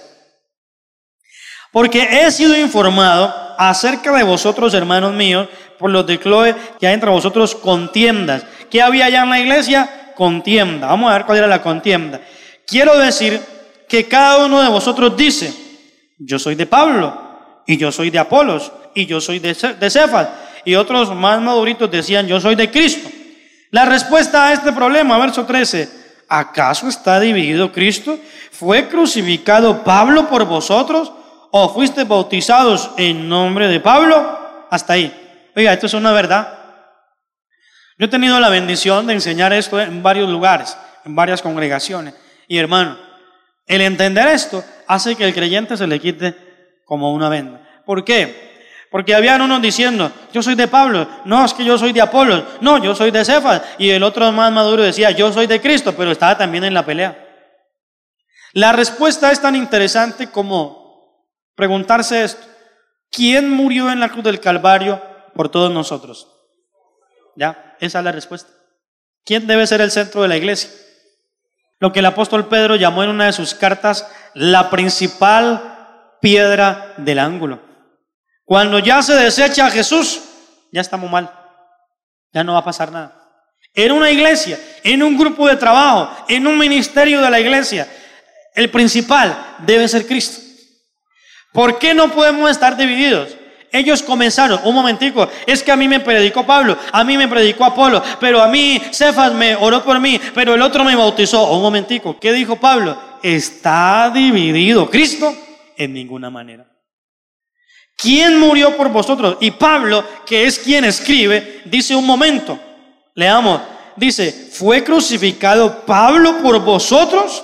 Porque he sido informado acerca de vosotros, hermanos míos, por los de Cloe, que hay entre vosotros contiendas. ¿Qué había allá en la iglesia? Contienda. Vamos a ver cuál era la contienda. Quiero decir que cada uno de vosotros dice: yo soy de Pablo, y yo soy de Apolos, y yo soy de, de Cefas. Y otros más maduritos decían: yo soy de Cristo. La respuesta a este problema, verso trece: ¿acaso está dividido Cristo? ¿Fue crucificado Pablo por vosotros? ¿O fuiste bautizados en nombre de Pablo? Hasta ahí. Oiga, esto es una verdad. Yo he tenido la bendición de enseñar esto en varios lugares, en varias congregaciones. Y hermano, el entender esto hace que el creyente se le quite como una venda. ¿Por qué? Porque habían unos diciendo: yo soy de Pablo, no, es que yo soy de Apolos, no, yo soy de Cefas. Y el otro más maduro decía: yo soy de Cristo, pero estaba también en la pelea. La respuesta es tan interesante como preguntarse esto: ¿quién murió en la cruz del Calvario por todos nosotros? Ya, esa es la respuesta. ¿Quién debe ser el centro de la iglesia? Lo que el apóstol Pedro llamó en una de sus cartas la principal piedra del ángulo. Cuando ya se desecha a Jesús, ya estamos mal, ya no va a pasar nada. En una iglesia, en un grupo de trabajo, en un ministerio de la iglesia, el principal debe ser Cristo. ¿Por qué no podemos estar divididos? Ellos comenzaron, un momentico, es que a mí me predicó Pablo, a mí me predicó Apolo, pero a mí Cefas me oró por mí, pero el otro me bautizó. Un momentico, ¿qué dijo Pablo? Está dividido. Cristo, en ninguna manera. ¿Quién murió por vosotros? Y Pablo, que es quien escribe, dice un momento, leamos, dice, ¿fue crucificado Pablo por vosotros?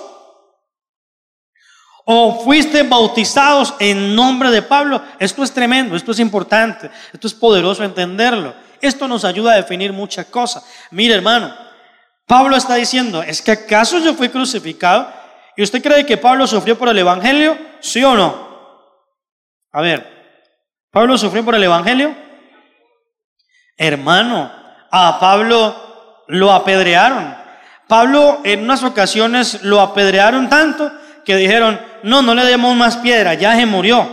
¿O fuiste bautizados en nombre de Pablo? Esto es tremendo, esto es importante, esto es poderoso entenderlo. Esto nos ayuda a definir muchas cosas. Mire, hermano, Pablo está diciendo, ¿es que acaso yo fui crucificado? ¿Y usted cree que Pablo sufrió por el evangelio? ¿Sí o no? A ver, ¿Pablo sufrió por el evangelio? Hermano, a Pablo lo apedrearon. Pablo en unas ocasiones lo apedrearon tanto que dijeron, no, no le demos más piedra, ya se murió.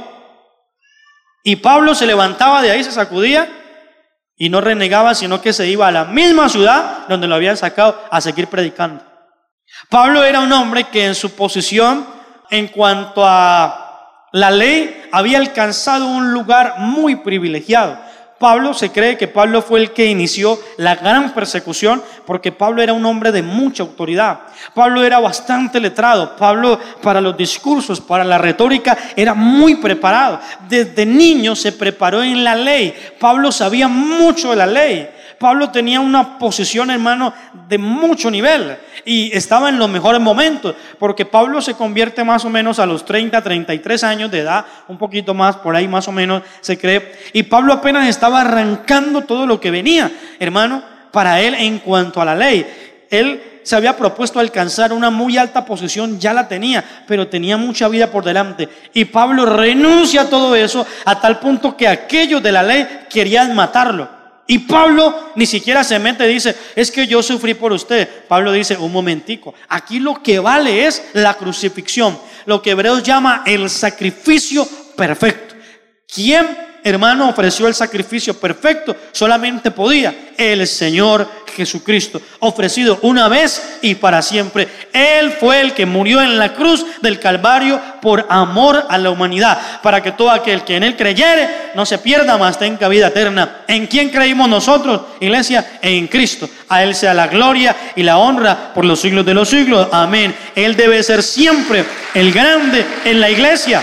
Y Pablo se levantaba de ahí, se sacudía y no renegaba, sino que se iba a la misma ciudad donde lo habían sacado a seguir predicando. Pablo era un hombre que en su posición en cuanto a la ley había alcanzado un lugar muy privilegiado. Pablo, se cree que Pablo fue el que inició la gran persecución, porque Pablo era un hombre de mucha autoridad. Pablo era bastante letrado. Pablo, para los discursos, para la retórica, era muy preparado. Desde niño se preparó en la ley. Pablo sabía mucho de la ley. Pablo tenía una posición, hermano, de mucho nivel y estaba en los mejores momentos, porque Pablo se convierte más o menos a los treinta, treinta y tres años de edad, un poquito más, por ahí más o menos se cree, y Pablo apenas estaba arrancando todo lo que venía, hermano, para él en cuanto a la ley. Él se había propuesto alcanzar una muy alta posición, ya la tenía, pero tenía mucha vida por delante, y Pablo renuncia a todo eso a tal punto que aquellos de la ley querían matarlo. Y Pablo ni siquiera se mete y dice, es que yo sufrí por usted. Pablo dice, un momentico, aquí lo que vale es la crucifixión, lo que Hebreos llama el sacrificio perfecto. ¿Quién, hermano, ofreció el sacrificio perfecto? Solamente podía el Señor Jesucristo, ofrecido una vez y para siempre. Él fue el que murió en la cruz del Calvario por amor a la humanidad, para que todo aquel que en él creyere no se pierda, mas tenga vida eterna. ¿En quién creímos nosotros, iglesia? En Cristo. A él sea la gloria y la honra por los siglos de los siglos. Amén. Él debe ser siempre el grande en la iglesia.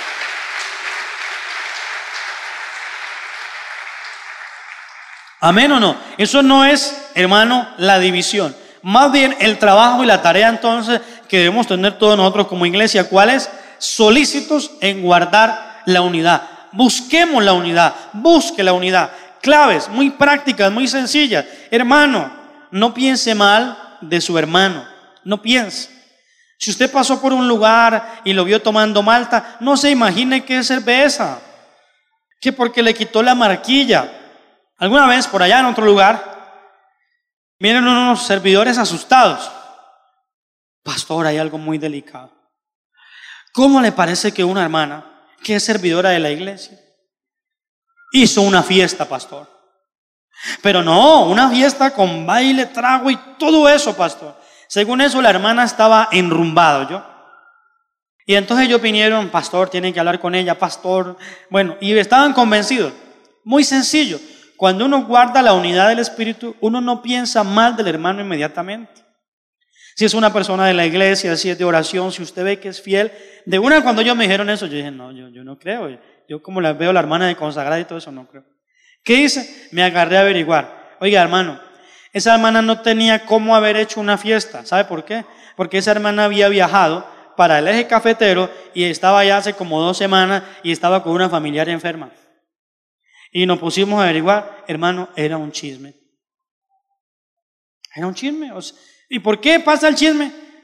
¿Amén o no? Eso no es, hermano, la división. Más bien el trabajo y la tarea entonces que debemos tener todos nosotros como iglesia, ¿cuál es? Solícitos en guardar la unidad. Busquemos la unidad, busque la unidad. Claves muy prácticas, muy sencillas. Hermano, no piense mal de su hermano, no piense. Si usted pasó por un lugar y lo vio tomando malta, no se imagine que es cerveza, que porque le quitó la marquilla. Alguna vez por allá en otro lugar vienen unos servidores asustados. Pastor, hay algo muy delicado. ¿Cómo le parece que una hermana que es servidora de la iglesia hizo una fiesta, pastor? Pero no, una fiesta con baile, trago y todo eso, pastor. Según eso la hermana estaba enrumbada, ¿yo? Y entonces ellos vinieron, pastor, tienen que hablar con ella, pastor. Bueno, y estaban convencidos. Muy sencillo. Cuando uno guarda la unidad del Espíritu, uno no piensa mal del hermano inmediatamente. Si es una persona de la iglesia, si es de oración, si usted ve que es fiel. De una, cuando ellos me dijeron eso, yo dije, no, yo, yo no creo. Yo como la veo la hermana de consagrada y todo eso, no creo. ¿Qué hice? Me agarré a averiguar. Oiga, hermano, esa hermana no tenía cómo haber hecho una fiesta. ¿Sabe por qué? Porque esa hermana había viajado para el eje cafetero y estaba allá hace como dos semanas y estaba con una familiar enferma. Y nos pusimos a averiguar, hermano, era un chisme. Era un chisme. O sea, ¿y por qué pasa el chisme?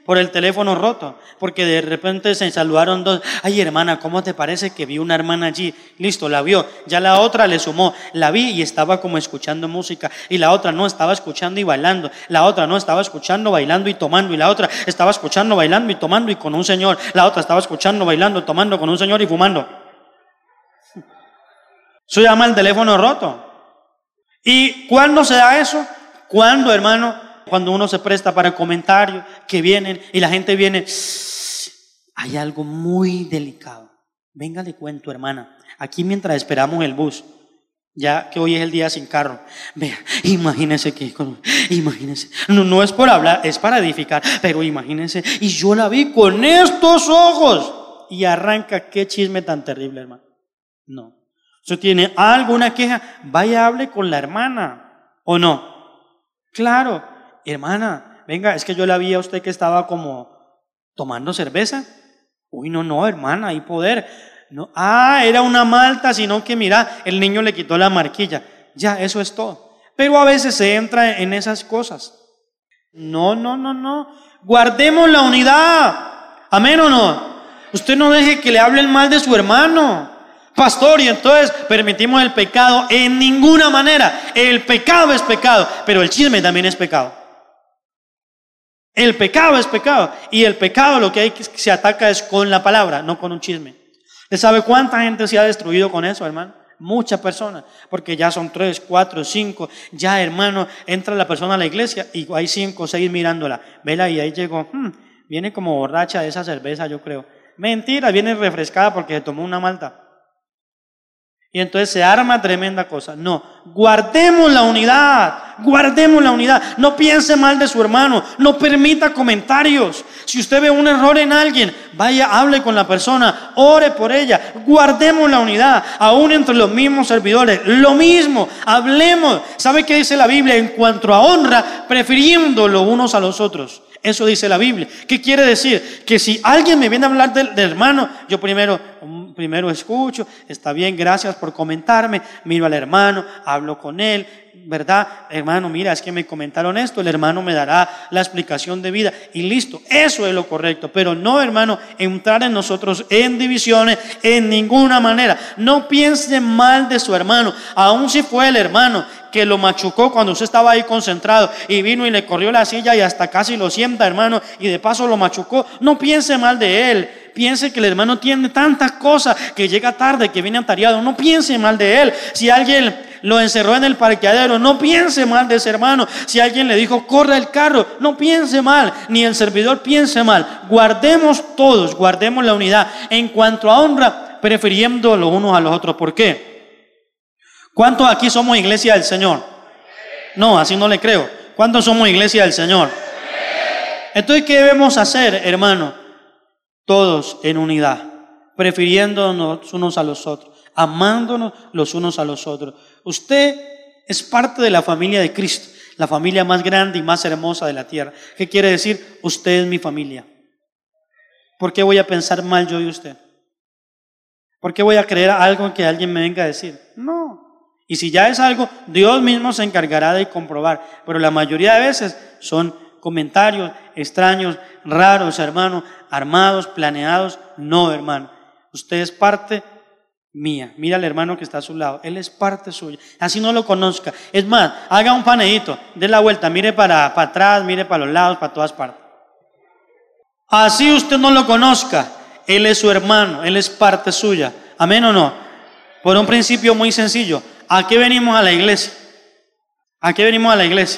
Por el teléfono roto, porque de repente se saludaron dos. Ay, hermana, ¿cómo te parece que vi una hermana allí? Listo, la vio. Ya la otra le sumó. La vi y estaba como escuchando música. Y la otra no, estaba escuchando y bailando. La otra no, estaba escuchando, bailando y tomando. Y la otra estaba escuchando, bailando y tomando y con un señor. La otra estaba escuchando, bailando, tomando con un señor y fumando. Eso llama el teléfono roto. ¿Y cuándo se da eso? ¿Cuándo, hermano? Cuando uno se presta para comentarios que vienen y la gente viene, hay algo muy delicado. Venga, le cuento, hermana, aquí mientras esperamos el bus, ya que hoy es el día sin carro, vea, imagínese que, imagínese, no, no es por hablar, es para edificar, pero imagínese, y yo la vi con estos ojos, y arranca, qué chisme tan terrible, hermano. No, si tiene alguna queja, vaya, hable con la hermana, ¿o no? Claro. Hermana, venga, es que yo la vi a usted que estaba como tomando cerveza. Uy, no, no, hermana, hay poder. No, ah, era una malta, sino que mira, el niño le quitó la marquilla. Ya, eso es todo. Pero a veces se entra en esas cosas. No, no, no, no. Guardemos la unidad. ¿Amén o no? Usted no deje que le hablen mal de su hermano. Pastor, y entonces permitimos el pecado en ninguna manera. El pecado es pecado, pero el chisme también es pecado. El pecado es pecado, y el pecado lo que hay que se ataca es con la palabra, no con un chisme. ¿Usted sabe cuánta gente se ha destruido con eso, hermano? Muchas personas, porque ya son tres, cuatro, cinco, ya, hermano, entra la persona a la iglesia y hay cinco o seis mirándola. Vela, y ahí llegó, hmm, viene como borracha de esa cerveza, yo creo. Mentira, viene refrescada porque se tomó una malta. Y entonces se arma tremenda cosa. No, guardemos la unidad, guardemos la unidad. No piense mal de su hermano, no permita comentarios. Si usted ve un error en alguien, vaya, hable con la persona, ore por ella. Guardemos la unidad, aún entre los mismos servidores. Lo mismo, hablemos. ¿Sabe qué dice la Biblia? En cuanto a honra, prefiriéndolo unos a los otros. Eso dice la Biblia. ¿Qué quiere decir? Que si alguien me viene a hablar del, del hermano, yo primero, primero escucho, está bien, gracias por comentarme, miro al hermano, hablo con él, ¿verdad? Hermano, mira, es que me comentaron esto, el hermano me dará la explicación de vida y listo, eso es lo correcto. Pero no, hermano, entrar en nosotros en divisiones en ninguna manera. No piense mal de su hermano, aun si fue el hermano que lo machucó cuando usted estaba ahí concentrado y vino y le corrió la silla y hasta casi lo sienta, hermano, y de paso lo machucó. No piense mal de él. Piense que el hermano tiene tantas cosas, que llega tarde, que viene atareado. No piense mal de él. Si alguien lo encerró en el parqueadero, no piense mal de ese hermano. Si alguien le dijo corre el carro, no piense mal, ni el servidor piense mal. Guardemos todos, guardemos la unidad. En cuanto a honra, prefiriendo los unos a los otros. ¿Por qué? ¿Cuántos aquí somos iglesia del Señor? No, así no le creo. ¿Cuántos somos iglesia del Señor? Entonces, ¿qué debemos hacer, hermano? Todos en unidad, prefiriéndonos unos a los otros, amándonos los unos a los otros. Usted es parte de la familia de Cristo, la familia más grande y más hermosa de la tierra. ¿Qué quiere decir? Usted es mi familia. ¿Por qué voy a pensar mal yo de usted? ¿Por qué voy a creer algo que alguien me venga a decir? No. Y si ya es algo, Dios mismo se encargará de comprobar. Pero la mayoría de veces son comentarios extraños, raros, hermano, armados, planeados. No, hermano, usted es parte mía. Mira al hermano que está a su lado, él es parte suya. Así no lo conozca. Es más, haga un paneíto, dé la vuelta, mire para, para atrás, mire para los lados, para todas partes. Así usted no lo conozca, él es su hermano, él es parte suya. ¿Amén o no? Por un principio muy sencillo. ¿A qué venimos a la iglesia? ¿A qué venimos a la iglesia?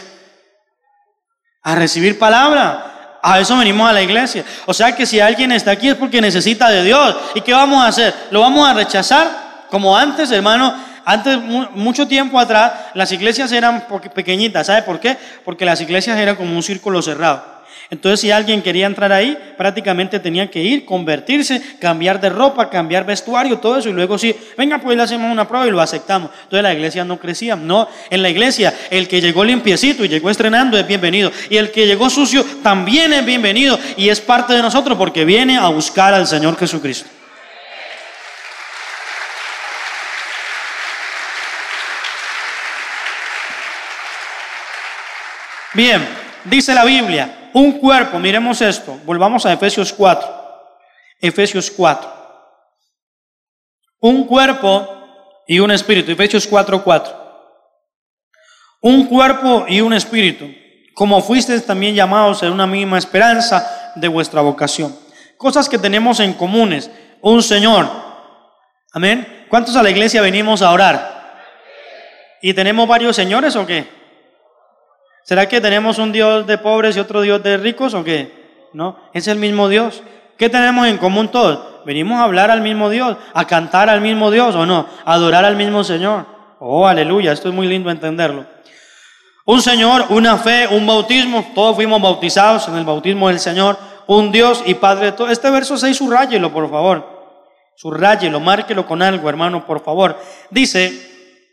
A recibir palabra. A eso venimos a la iglesia. O sea que si alguien está aquí es porque necesita de Dios. ¿Y qué vamos a hacer? ¿Lo vamos a rechazar? Como antes, hermano, antes, mucho tiempo atrás, las iglesias eran pequeñitas. ¿Sabe por qué? Porque las iglesias eran como un círculo cerrado. Entonces, si alguien quería entrar ahí, prácticamente tenía que ir, convertirse, cambiar de ropa, cambiar vestuario, todo eso, y luego sí, venga, pues le hacemos una prueba y lo aceptamos. Entonces la iglesia no crecía. No, en la iglesia el que llegó limpiecito y llegó estrenando es bienvenido, y el que llegó sucio también es bienvenido y es parte de nosotros porque viene a buscar al Señor Jesucristo. Bien, dice la Biblia, un cuerpo, miremos esto, volvamos a Efesios cuatro. Efesios cuatro. Un cuerpo y un espíritu. Efesios cuatro, cuatro. Un cuerpo y un espíritu, como fuisteis también llamados en una misma esperanza de vuestra vocación. Cosas que tenemos en comunes. Un Señor. Amén. ¿Cuántos a la iglesia venimos a orar? ¿Y tenemos varios señores o qué? ¿Será que tenemos un Dios de pobres y otro Dios de ricos o qué? No, es el mismo Dios. ¿Qué tenemos en común todos? Venimos a hablar al mismo Dios, a cantar al mismo Dios o no, a adorar al mismo Señor. Oh, aleluya, esto es muy lindo entenderlo. Un Señor, una fe, un bautismo, todos fuimos bautizados en el bautismo del Señor, un Dios y Padre de todo. Este verso seis, subrayelo, por favor. Subrayelo, márquelo con algo, hermano, por favor. Dice: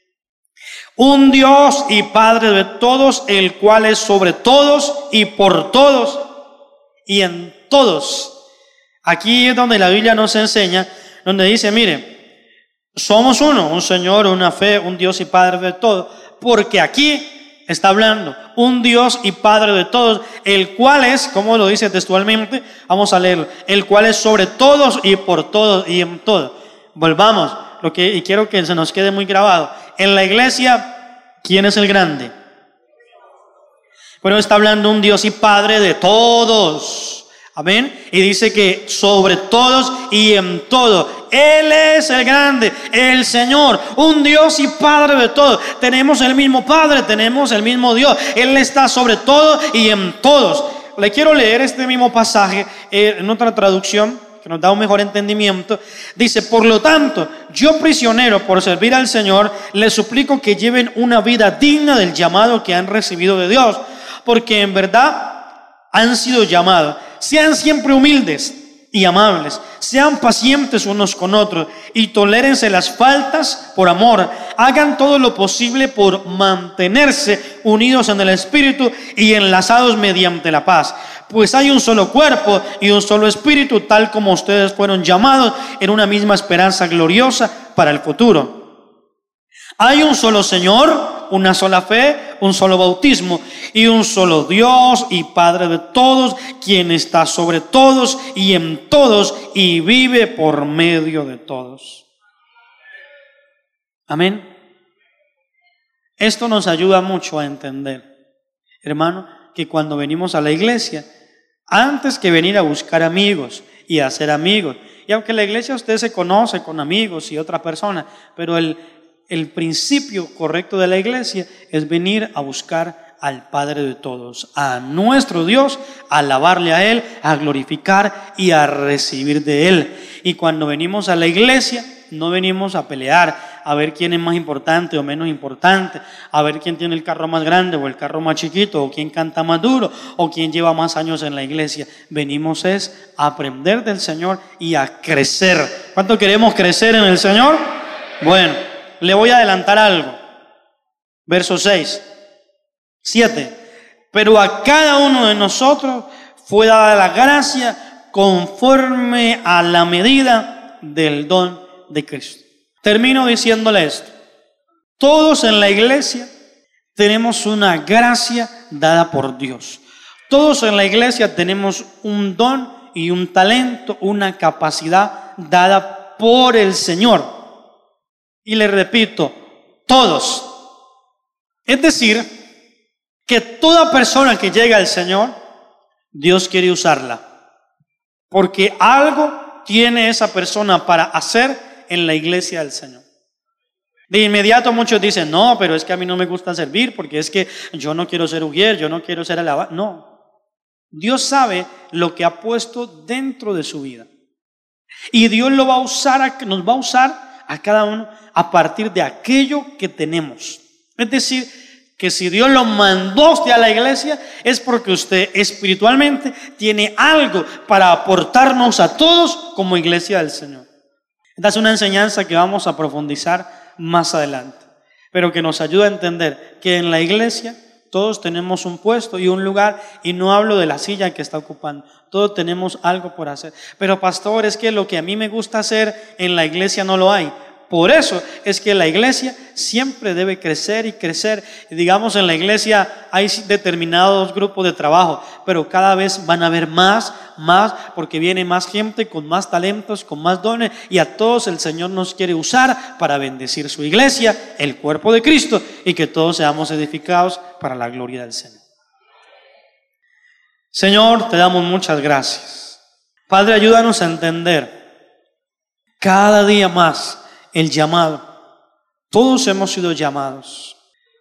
un Dios y Padre de todos, el cual es sobre todos y por todos y en todos. Aquí es donde la Biblia nos enseña, donde dice, mire, somos uno, un Señor, una fe, un Dios y Padre de todos, porque aquí está hablando un Dios y Padre de todos, el cual es, como lo dice textualmente, vamos a leerlo, el cual es sobre todos y por todos y en todo. Volvamos, lo que, y quiero que se nos quede muy grabado. En la iglesia, ¿quién es el grande? Bueno, está hablando un Dios y Padre de todos. Amén. Y dice que sobre todos y en todo. Él es el grande, el Señor, un Dios y Padre de todos. Tenemos el mismo Padre, tenemos el mismo Dios. Él está sobre todo y en todos. Le quiero leer este mismo pasaje eh, en otra traducción que nos da un mejor entendimiento. Dice: por lo tanto, yo prisionero por servir al Señor, les suplico que lleven una vida digna del llamado que han recibido de Dios, porque en verdad han sido llamados. Sean siempre humildes y amables, sean pacientes unos con otros y tolérense las faltas por amor. Hagan todo lo posible por mantenerse unidos en el Espíritu y enlazados mediante la paz, pues hay un solo cuerpo y un solo Espíritu, tal como ustedes fueron llamados en una misma esperanza gloriosa para el futuro. Hay un solo Señor, una sola fe, un solo bautismo y un solo Dios y Padre de todos, quien está sobre todos y en todos y vive por medio de todos. Amén. Esto nos ayuda mucho a entender, hermano, que cuando venimos a la iglesia, antes que venir a buscar amigos y a hacer amigos, y aunque en la iglesia usted se conoce con amigos y otra persona, pero el El principio correcto de la iglesia es venir a buscar al Padre de todos, a nuestro Dios, a alabarle a Él, a glorificar y a recibir de Él. Y cuando venimos a la iglesia, no venimos a pelear, a ver quién es más importante o menos importante, a ver quién tiene el carro más grande o el carro más chiquito, o quién canta más duro, o quién lleva más años en la iglesia. Venimos es a aprender del Señor y a crecer. ¿Cuánto queremos crecer en el Señor? Bueno, le voy a adelantar algo. Verso seis, siete. Pero a cada uno de nosotros fue dada la gracia conforme a la medida del don de Cristo. Termino diciéndole esto. Todos en la iglesia tenemos una gracia dada por Dios. Todos en la iglesia tenemos un don y un talento, una capacidad dada por el Señor. Y le repito, todos. Es decir, que toda persona que llega al Señor, Dios quiere usarla. Porque algo tiene esa persona para hacer en la iglesia del Señor. De inmediato muchos dicen, no, pero es que a mí no me gusta servir, porque es que yo no quiero ser ujier, yo no quiero ser alabado. No. Dios sabe lo que ha puesto dentro de su vida. Y Dios lo va a usar, nos va a usar a cada uno a partir de aquello que tenemos. Es decir, que si Dios lo mandó a usted a la iglesia, es porque usted espiritualmente tiene algo para aportarnos a todos como iglesia del Señor. Esta es una enseñanza que vamos a profundizar más adelante, pero que nos ayuda a entender que en la iglesia todos tenemos un puesto y un lugar, y no hablo de la silla que está ocupando. Todos tenemos algo por hacer. Pero pastor, es que lo que a mí me gusta hacer en la iglesia no lo hay. Por eso es que la iglesia siempre debe crecer y crecer. Y digamos, en la iglesia hay determinados grupos de trabajo, pero cada vez van a haber más, más, porque viene más gente con más talentos, con más dones, y a todos el Señor nos quiere usar para bendecir su iglesia, el cuerpo de Cristo, y que todos seamos edificados para la gloria del Señor. Señor, te damos muchas gracias. Padre, ayúdanos a entender cada día más el llamado. Todos hemos sido llamados.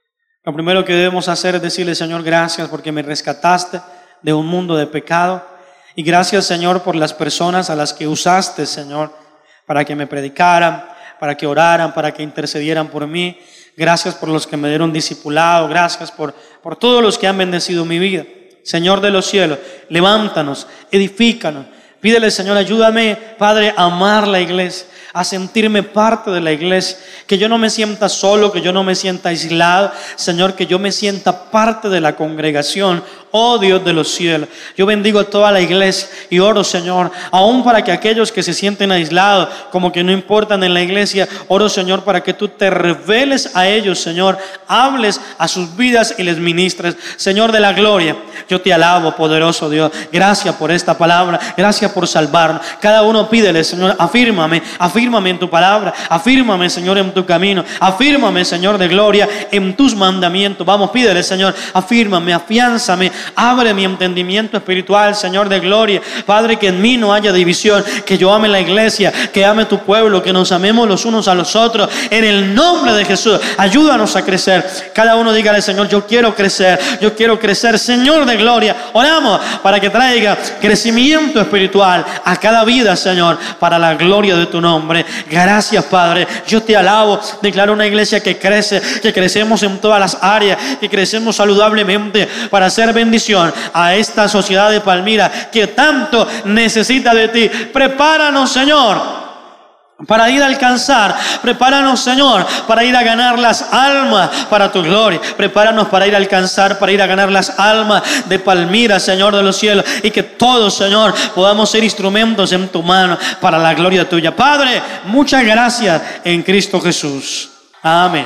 Lo primero que debemos hacer es decirle: Señor, gracias porque me rescataste de un mundo de pecado. Y gracias, Señor, por las personas a las que usaste, Señor, para que me predicaran, para que oraran, para que intercedieran por mí. Gracias por los que me dieron discipulado. Gracias por, por todos los que han bendecido mi vida. Señor de los cielos, levántanos, edifícanos. Pídele, Señor, ayúdame, Padre, a amar la iglesia, a sentirme parte de la iglesia, que yo no me sienta solo, que yo no me sienta aislado, Señor, que yo me sienta parte de la congregación, oh Dios de los cielos. Yo bendigo a toda la iglesia y oro, Señor, aún para que aquellos que se sienten aislados, como que no importan en la iglesia, oro, Señor, para que tú te reveles a ellos, Señor, hables a sus vidas y les ministres. Señor de la gloria, yo te alabo, poderoso Dios. Gracias por esta palabra, gracias por salvarnos. Cada uno pídele, Señor, afírmame, afírmame en tu palabra, afírmame, Señor, en tu camino, afírmame, Señor de gloria, en tus mandamientos. Vamos, pídele, Señor, afírmame, afiánzame, abre mi entendimiento espiritual, Señor de gloria. Padre, que en mí no haya división, que yo ame la iglesia, que ame tu pueblo, que nos amemos los unos a los otros. En el nombre de Jesús, ayúdanos a crecer. Cada uno dígale: Señor, yo quiero crecer, yo quiero crecer, Señor de gloria. Oramos para que traiga crecimiento espiritual a cada vida, Señor, para la gloria de tu nombre. Gracias, Padre. Yo te alabo. Declaro una iglesia que crece, que crecemos en todas las áreas, que crecemos saludablemente para hacer bendición a esta sociedad de Palmira que tanto necesita de ti. Prepáranos, Señor, para ir a alcanzar. Prepáranos, Señor, para ir a ganar las almas para tu gloria. Prepáranos para ir a alcanzar, para ir a ganar las almas de Palmira, Señor de los cielos, y que todos, Señor, podamos ser instrumentos en tu mano para la gloria tuya. Padre, muchas gracias en Cristo Jesús. Amén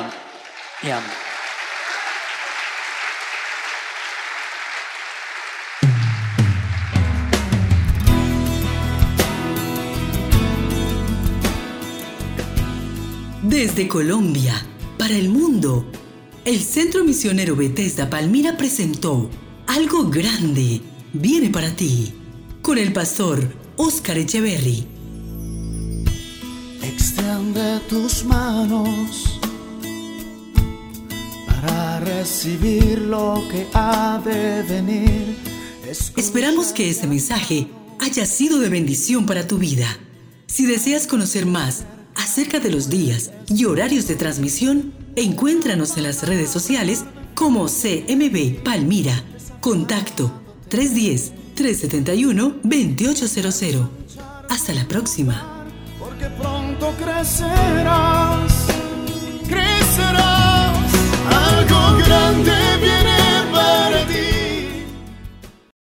y amén. Desde Colombia, para el mundo, el Centro Misionero Bethesda Palmira presentó Algo Grande Viene para ti, con el pastor Oscar Echeverry. Extiende tus manos para recibir lo que ha de venir. Escucha. Esperamos que este mensaje haya sido de bendición para tu vida. Si deseas conocer más acerca de los días y horarios de transmisión, encuéntranos en las redes sociales como C M B Palmira. Contacto tres uno cero, tres siete uno, dos ocho cero cero. Hasta la próxima. Porque pronto crecerás